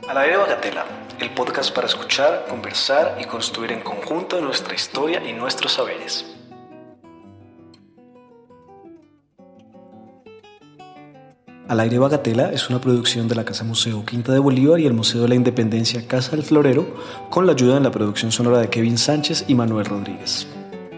Al aire Bagatela, el podcast para escuchar, conversar y construir en conjunto nuestra historia y nuestros saberes. Al aire Bagatela es una producción de la Casa Museo Quinta de Bolívar y el Museo de la Independencia Casa del Florero, con la ayuda en la producción sonora de Kevin Sánchez y Manuel Rodríguez.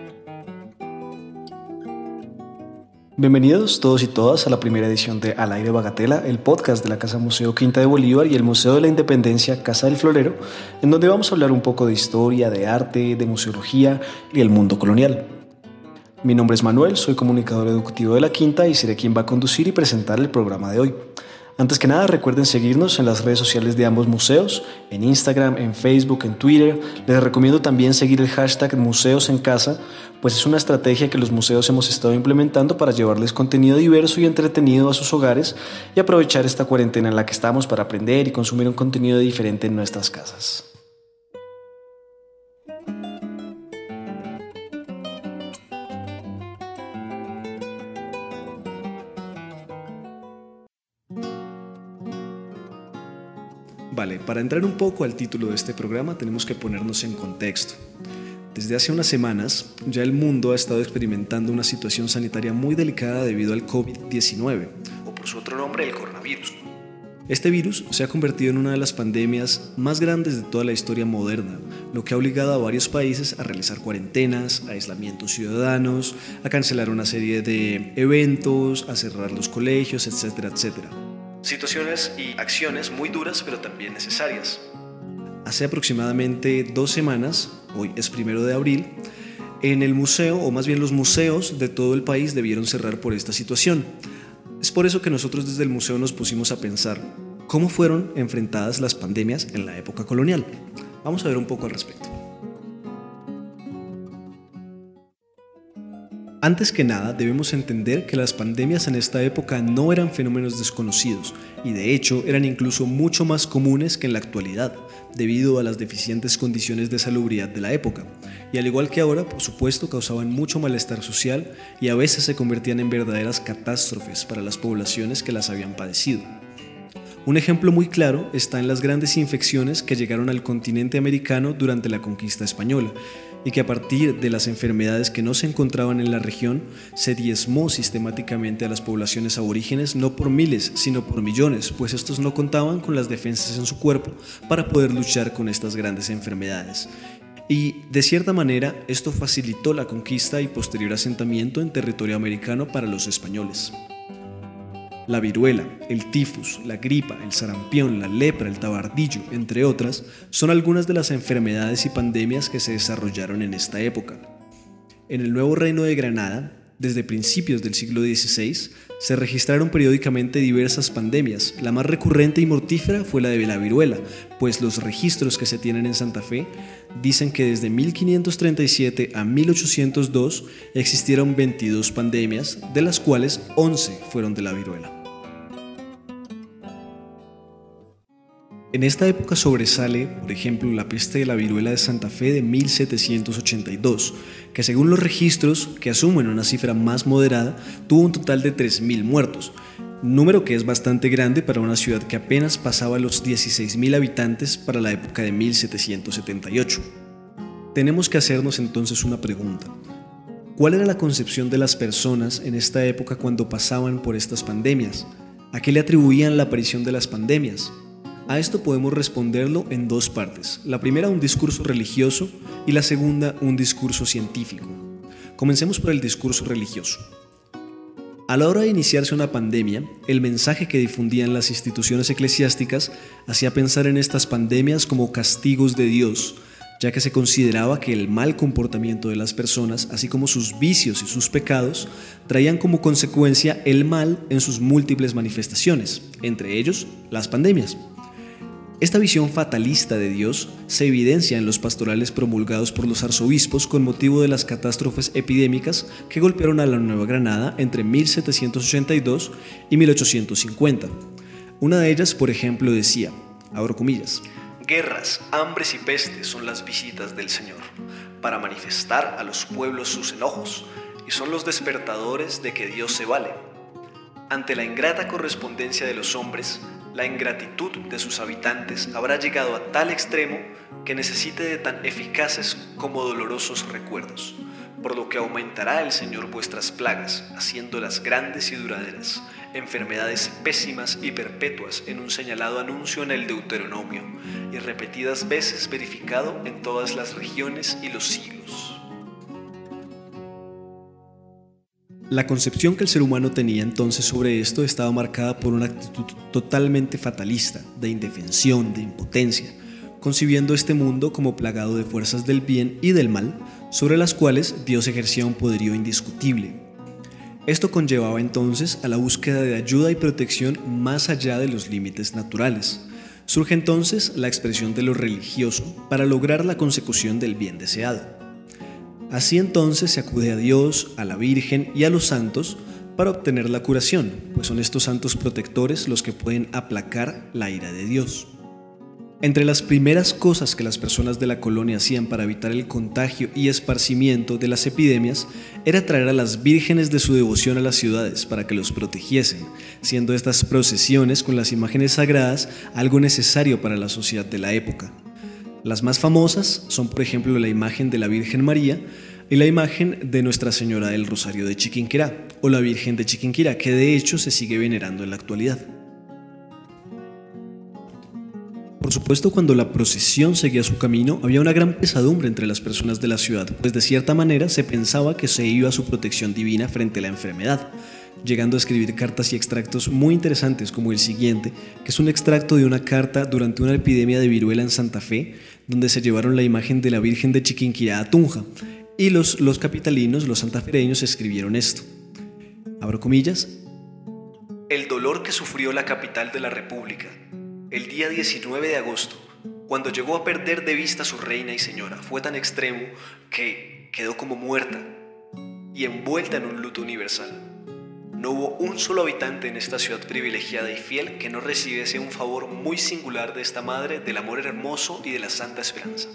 Bienvenidos todos y todas a la primera edición de Al aire Bagatela, el podcast de la Casa Museo Quinta de Bolívar y el Museo de la Independencia Casa del Florero, en donde vamos a hablar un poco de historia, de arte, de museología y el mundo colonial. Mi nombre es Manuel, soy comunicador educativo de la Quinta y seré quien va a conducir y presentar el programa de hoy. Antes que nada, recuerden seguirnos en las redes sociales de ambos museos, en Instagram, en Facebook, en Twitter. Les recomiendo también seguir el hashtag Museos en Casa, pues es una estrategia que los museos hemos estado implementando para llevarles contenido diverso y entretenido a sus hogares y aprovechar esta cuarentena en la que estamos para aprender y consumir un contenido diferente en nuestras casas. Vale, para entrar un poco al título de este programa tenemos que ponernos en contexto. Desde hace unas semanas ya el mundo ha estado experimentando una situación sanitaria muy delicada debido al COVID-19, o por su otro nombre, el coronavirus. Este virus se ha convertido en una de las pandemias más grandes de toda la historia moderna, lo que ha obligado a varios países a realizar cuarentenas, aislamientos ciudadanos, a cancelar una serie de eventos, a cerrar los colegios, etcétera, etcétera. Situaciones y acciones muy duras pero también necesarias. Hace aproximadamente 2 semanas, hoy es 1 de abril, en el museo, o más bien los museos de todo el país debieron cerrar por esta situación. Es por eso que nosotros desde el museo nos pusimos a pensar cómo fueron enfrentadas las pandemias en la época colonial. Vamos a ver un poco al respecto. Antes que nada, debemos entender que las pandemias en esta época no eran fenómenos desconocidos y de hecho eran incluso mucho más comunes que en la actualidad, debido a las deficientes condiciones de salubridad de la época. Y al igual que ahora, por supuesto, causaban mucho malestar social y a veces se convertían en verdaderas catástrofes para las poblaciones que las habían padecido. Un ejemplo muy claro está en las grandes infecciones que llegaron al continente americano durante la conquista española y que a partir de las enfermedades que no se encontraban en la región se diezmó sistemáticamente a las poblaciones aborígenes no por miles sino por millones, pues estos no contaban con las defensas en su cuerpo para poder luchar con estas grandes enfermedades. Y de cierta manera esto facilitó la conquista y posterior asentamiento en territorio americano para los españoles. La viruela, el tifus, la gripa, el sarampión, la lepra, el tabardillo, entre otras, son algunas de las enfermedades y pandemias que se desarrollaron en esta época. En el Nuevo Reino de Granada, desde principios del siglo XVI, se registraron periódicamente diversas pandemias. La más recurrente y mortífera fue la de la viruela, pues los registros que se tienen en Santa Fe dicen que desde 1537 a 1802 existieron 22 pandemias, de las cuales 11 fueron de la viruela. En esta época sobresale, por ejemplo, la peste de la viruela de Santa Fe de 1782, que según los registros, que asumen una cifra más moderada, tuvo un total de 3.000 muertos, número que es bastante grande para una ciudad que apenas pasaba los 16.000 habitantes para la época de 1778. Tenemos que hacernos entonces una pregunta. ¿Cuál era la concepción de las personas en esta época cuando pasaban por estas pandemias? ¿A qué le atribuían la aparición de las pandemias? A esto podemos responderlo en 2 partes. La primera, un discurso religioso, y la segunda, un discurso científico. Comencemos por el discurso religioso. A la hora de iniciarse una pandemia, el mensaje que difundían las instituciones eclesiásticas hacía pensar en estas pandemias como castigos de Dios, ya que se consideraba que el mal comportamiento de las personas, así como sus vicios y sus pecados, traían como consecuencia el mal en sus múltiples manifestaciones, entre ellos las pandemias. Esta visión fatalista de Dios se evidencia en los pastorales promulgados por los arzobispos con motivo de las catástrofes epidémicas que golpearon a la Nueva Granada entre 1782 y 1850. Una de ellas, por ejemplo, decía, abro comillas, «Guerras, hambres y pestes son las visitas del Señor, para manifestar a los pueblos sus enojos, y son los despertadores de que Dios se vale. Ante la ingrata correspondencia de los hombres, la ingratitud de sus habitantes habrá llegado a tal extremo que necesite de tan eficaces como dolorosos recuerdos, por lo que aumentará el Señor vuestras plagas, haciéndolas grandes y duraderas, enfermedades pésimas y perpetuas en un señalado anuncio en el Deuteronomio, y repetidas veces verificado en todas las regiones y los siglos. La concepción que el ser humano tenía entonces sobre esto estaba marcada por una actitud totalmente fatalista, de indefensión, de impotencia, concibiendo este mundo como plagado de fuerzas del bien y del mal, sobre las cuales Dios ejercía un poderío indiscutible. Esto conllevaba entonces a la búsqueda de ayuda y protección más allá de los límites naturales. Surge entonces la expresión de lo religioso para lograr la consecución del bien deseado. Así entonces se acude a Dios, a la Virgen y a los santos para obtener la curación, pues son estos santos protectores los que pueden aplacar la ira de Dios. Entre las primeras cosas que las personas de la colonia hacían para evitar el contagio y esparcimiento de las epidemias era traer a las vírgenes de su devoción a las ciudades para que los protegiesen, siendo estas procesiones con las imágenes sagradas algo necesario para la sociedad de la época. Las más famosas son, por ejemplo, la imagen de la Virgen María y la imagen de Nuestra Señora del Rosario de Chiquinquirá, o la Virgen de Chiquinquirá, que de hecho se sigue venerando en la actualidad. Por supuesto, cuando la procesión seguía su camino, había una gran pesadumbre entre las personas de la ciudad, pues de cierta manera se pensaba que se iba a su protección divina frente a la enfermedad, llegando a escribir cartas y extractos muy interesantes como el siguiente, que es un extracto de una carta durante una epidemia de viruela en Santa Fe, donde se llevaron la imagen de la Virgen de Chiquinquirá a Tunja, y los capitalinos, los santafereños, escribieron esto. Abro comillas. El dolor que sufrió la capital de la República el día 19 de agosto, cuando llegó a perder de vista a su reina y señora, fue tan extremo que quedó como muerta y envuelta en un luto universal. No hubo un solo habitante en esta ciudad privilegiada y fiel que no recibiese un favor muy singular de esta madre del amor hermoso y de la santa esperanza.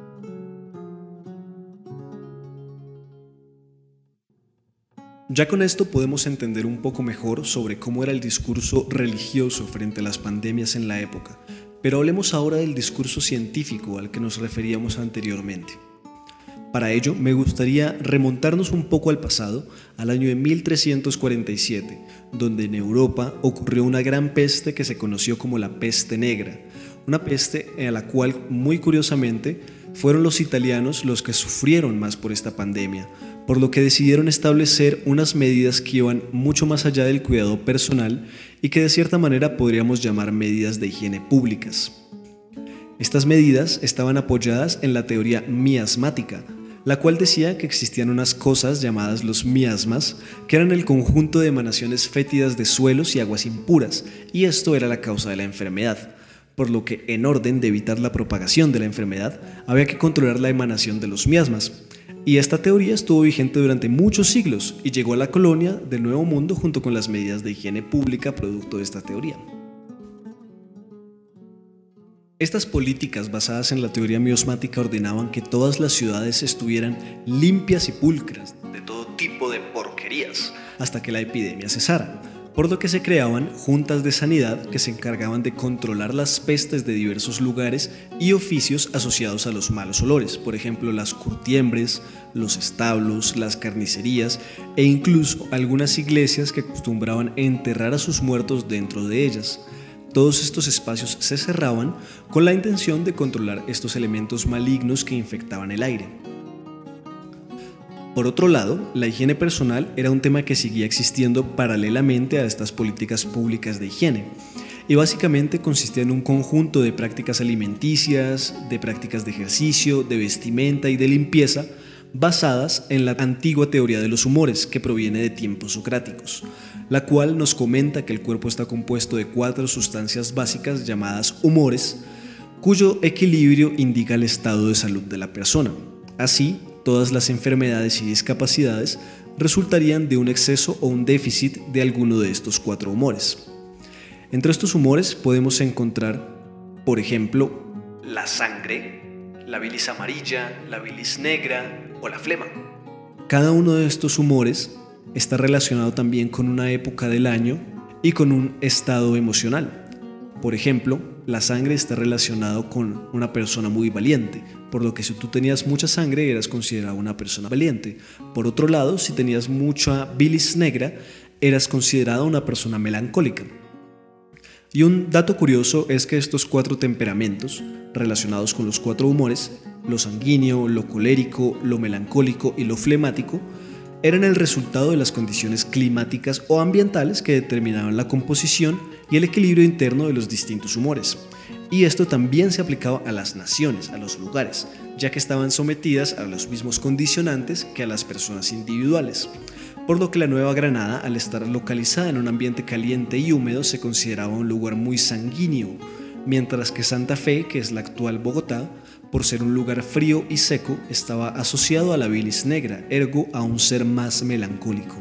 Ya con esto podemos entender un poco mejor sobre cómo era el discurso religioso frente a las pandemias en la época, pero hablemos ahora del discurso científico al que nos referíamos anteriormente. Para ello, me gustaría remontarnos un poco al pasado, al año de 1347, donde en Europa ocurrió una gran peste que se conoció como la peste negra, una peste a la cual, muy curiosamente, fueron los italianos los que sufrieron más por esta pandemia, por lo que decidieron establecer unas medidas que iban mucho más allá del cuidado personal y que de cierta manera podríamos llamar medidas de higiene públicas. Estas medidas estaban apoyadas en la teoría miasmática, la cual decía que existían unas cosas llamadas los miasmas, que eran el conjunto de emanaciones fétidas de suelos y aguas impuras, y esto era la causa de la enfermedad, por lo que en orden de evitar la propagación de la enfermedad, había que controlar la emanación de los miasmas. Y esta teoría estuvo vigente durante muchos siglos y llegó a la colonia del Nuevo Mundo junto con las medidas de higiene pública producto de esta teoría. Estas políticas basadas en la teoría miasmática ordenaban que todas las ciudades estuvieran limpias y pulcras de todo tipo de porquerías hasta que la epidemia cesara, por lo que se creaban juntas de sanidad que se encargaban de controlar las pestes de diversos lugares y oficios asociados a los malos olores, por ejemplo las curtiembres, los establos, las carnicerías e incluso algunas iglesias que acostumbraban enterrar a sus muertos dentro de ellas. Todos estos espacios se cerraban con la intención de controlar estos elementos malignos que infectaban el aire. Por otro lado, la higiene personal era un tema que seguía existiendo paralelamente a estas políticas públicas de higiene, y básicamente consistía en un conjunto de prácticas alimenticias, de prácticas de ejercicio, de vestimenta y de limpieza, basadas en la antigua teoría de los humores que proviene de tiempos socráticos, la cual nos comenta que el cuerpo está compuesto de 4 sustancias básicas llamadas humores, cuyo equilibrio indica el estado de salud de la persona. Así, todas las enfermedades y discapacidades resultarían de un exceso o un déficit de alguno de estos 4 humores. Entre estos humores podemos encontrar, por ejemplo, la sangre, la bilis amarilla, la bilis negra o la flema. Cada uno de estos humores está relacionado también con una época del año y con un estado emocional. Por ejemplo, la sangre está relacionada con una persona muy valiente, por lo que si tú tenías mucha sangre eras considerado una persona valiente. Por otro lado, si tenías mucha bilis negra, eras considerado una persona melancólica. Y un dato curioso es que estos 4 temperamentos, relacionados con los 4 humores, lo sanguíneo, lo colérico, lo melancólico y lo flemático, eran el resultado de las condiciones climáticas o ambientales que determinaban la composición y el equilibrio interno de los distintos humores. Y esto también se aplicaba a las naciones, a los lugares, ya que estaban sometidas a los mismos condicionantes que a las personas individuales. Por lo que la Nueva Granada, al estar localizada en un ambiente caliente y húmedo, se consideraba un lugar muy sanguíneo, mientras que Santa Fe, que es la actual Bogotá, por ser un lugar frío y seco, estaba asociado a la bilis negra, ergo a un ser más melancólico.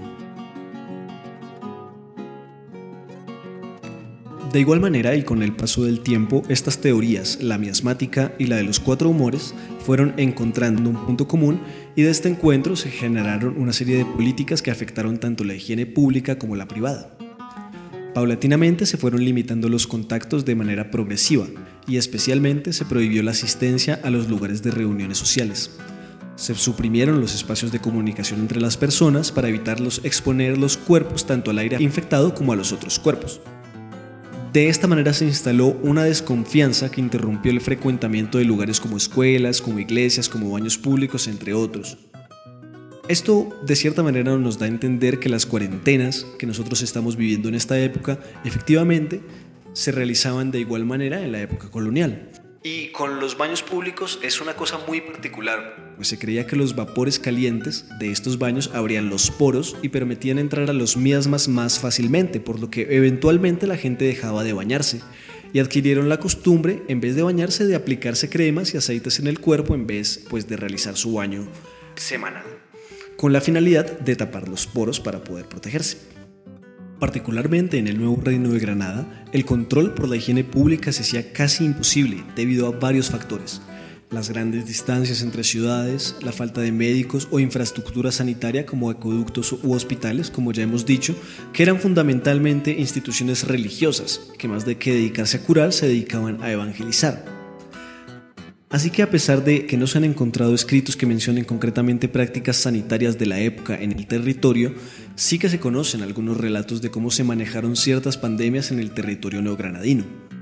De igual manera, y con el paso del tiempo, estas teorías, la miasmática y la de los 4 humores, fueron encontrando un punto común y de este encuentro se generaron una serie de políticas que afectaron tanto la higiene pública como la privada. Paulatinamente se fueron limitando los contactos de manera progresiva y especialmente se prohibió la asistencia a los lugares de reuniones sociales. Se suprimieron los espacios de comunicación entre las personas para evitarlos exponer los cuerpos tanto al aire infectado como a los otros cuerpos. De esta manera se instaló una desconfianza que interrumpió el frecuentamiento de lugares como escuelas, como iglesias, como baños públicos, entre otros. Esto de cierta manera nos da a entender que las cuarentenas que nosotros estamos viviendo en esta época efectivamente se realizaban de igual manera en la época colonial. Y con los baños públicos es una cosa muy particular, pues se creía que los vapores calientes de estos baños abrían los poros y permitían entrar a los miasmas más fácilmente, por lo que eventualmente la gente dejaba de bañarse y adquirieron la costumbre, en vez de bañarse, de aplicarse cremas y aceites en el cuerpo en vez de realizar su baño semanal, con la finalidad de tapar los poros para poder protegerse. Particularmente en el nuevo Reino de Granada, el control por la higiene pública se hacía casi imposible debido a varios factores: las grandes distancias entre ciudades, la falta de médicos o infraestructura sanitaria como acueductos u hospitales, como ya hemos dicho, que eran fundamentalmente instituciones religiosas, que más de que dedicarse a curar, se dedicaban a evangelizar. Así que a pesar de que no se han encontrado escritos que mencionen concretamente prácticas sanitarias de la época en el territorio, sí que se conocen algunos relatos de cómo se manejaron ciertas pandemias en el territorio neogranadino.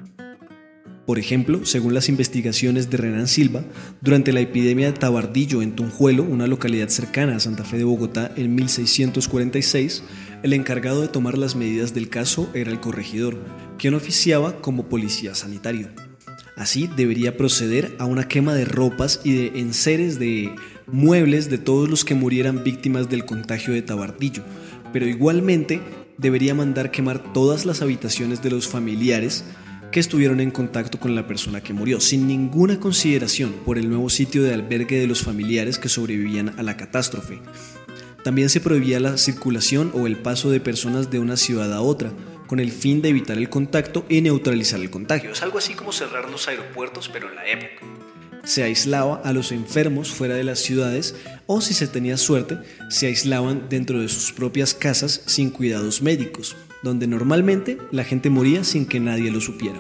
Por ejemplo, según las investigaciones de Renan Silva, durante la epidemia de tabardillo en Tunjuelo, una localidad cercana a Santa Fe de Bogotá, en 1646, el encargado de tomar las medidas del caso era el corregidor, quien oficiaba como policía sanitario. Así debería proceder a una quema de ropas y de enseres de muebles de todos los que murieran víctimas del contagio de tabardillo, pero igualmente debería mandar quemar todas las habitaciones de los familiares que estuvieron en contacto con la persona que murió, sin ninguna consideración por el nuevo sitio de albergue de los familiares que sobrevivían a la catástrofe. También se prohibía la circulación o el paso de personas de una ciudad a otra, con el fin de evitar el contacto y neutralizar el contagio. Es algo así como cerrar los aeropuertos, pero en la época. Se aislaba a los enfermos fuera de las ciudades o, si se tenía suerte, se aislaban dentro de sus propias casas sin cuidados médicos, donde normalmente la gente moría sin que nadie lo supiera.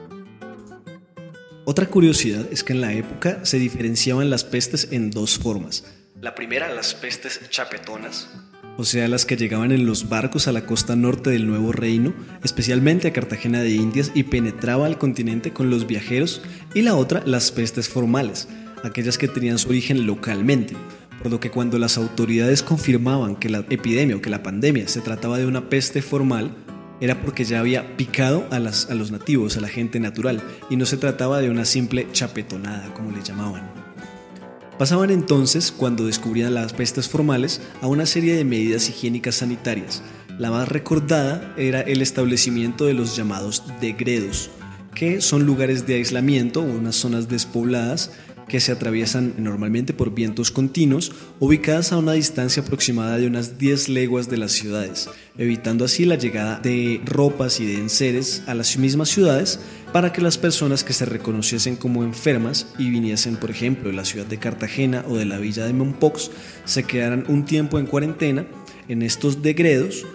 Otra curiosidad es que en la época se diferenciaban las pestes en 2 formas. La primera, las pestes chapetonas, o sea, las que llegaban en los barcos a la costa norte del Nuevo Reino, especialmente a Cartagena de Indias, y penetraba al continente con los viajeros, y la otra, las pestes formales, aquellas que tenían su origen localmente, por lo que cuando las autoridades confirmaban que la epidemia o que la pandemia se trataba de una peste formal, era porque ya había picado a los nativos, a la gente natural, y no se trataba de una simple chapetonada, como le llamaban. Pasaban entonces, cuando descubrían las pestes formales, a una serie de medidas higiénicas sanitarias. La más recordada era el establecimiento de los llamados degredos, que son lugares de aislamiento o unas zonas despobladas que se atraviesan normalmente por vientos continuos, ubicadas a una distancia aproximada de unas 10 leguas de las ciudades, evitando así la llegada de ropas y de enseres a las mismas ciudades, para que las personas que se reconociesen como enfermas y viniesen, por ejemplo, de la ciudad de Cartagena o de la villa de Mompox, se quedaran un tiempo en cuarentena en estos degredos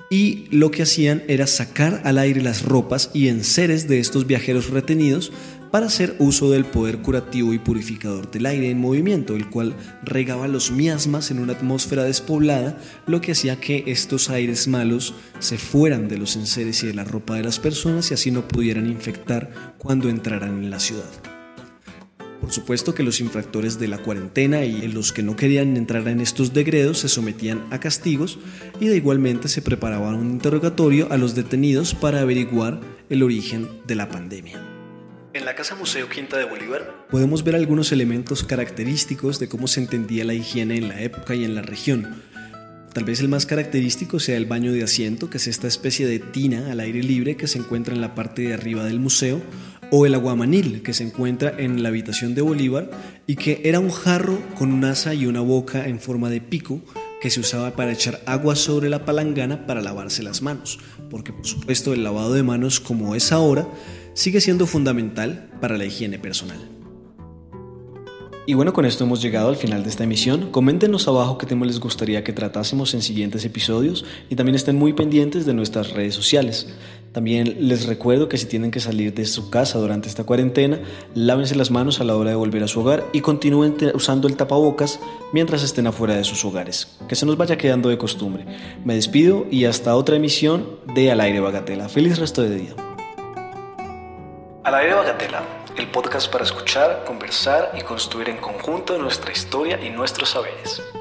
y lo que hacían era sacar al aire las ropas y enseres de estos viajeros retenidos para hacer uso del poder curativo y purificador del aire en movimiento, el cual regaba los miasmas en una atmósfera despoblada, lo que hacía que estos aires malos se fueran de los enseres y de la ropa de las personas y así no pudieran infectar cuando entraran en la ciudad. Por supuesto que los infractores de la cuarentena y los que no querían entrar en estos degredos se sometían a castigos y de igualmente se preparaba un interrogatorio a los detenidos para averiguar el origen de la pandemia. En la Casa Museo Quinta de Bolívar podemos ver algunos elementos característicos de cómo se entendía la higiene en la época y en la región. Tal vez el más característico sea el baño de asiento, que es esta especie de tina al aire libre que se encuentra en la parte de arriba del museo, o el aguamanil, que se encuentra en la habitación de Bolívar y que era un jarro con un asa y una boca en forma de pico que se usaba para echar agua sobre la palangana para lavarse las manos, porque por supuesto el lavado de manos, como es ahora, sigue siendo fundamental para la higiene personal. Y bueno, con esto hemos llegado al final de esta emisión. Coméntenos abajo qué temas les gustaría que tratásemos en siguientes episodios y también estén muy pendientes de nuestras redes sociales. También les recuerdo que si tienen que salir de su casa durante esta cuarentena, lávense las manos a la hora de volver a su hogar y continúen usando el tapabocas mientras estén afuera de sus hogares. Que se nos vaya quedando de costumbre. Me despido y hasta otra emisión de Al Aire Bagatela. Feliz resto de día. Al Aire Bagatela, el podcast para escuchar, conversar y construir en conjunto nuestra historia y nuestros saberes.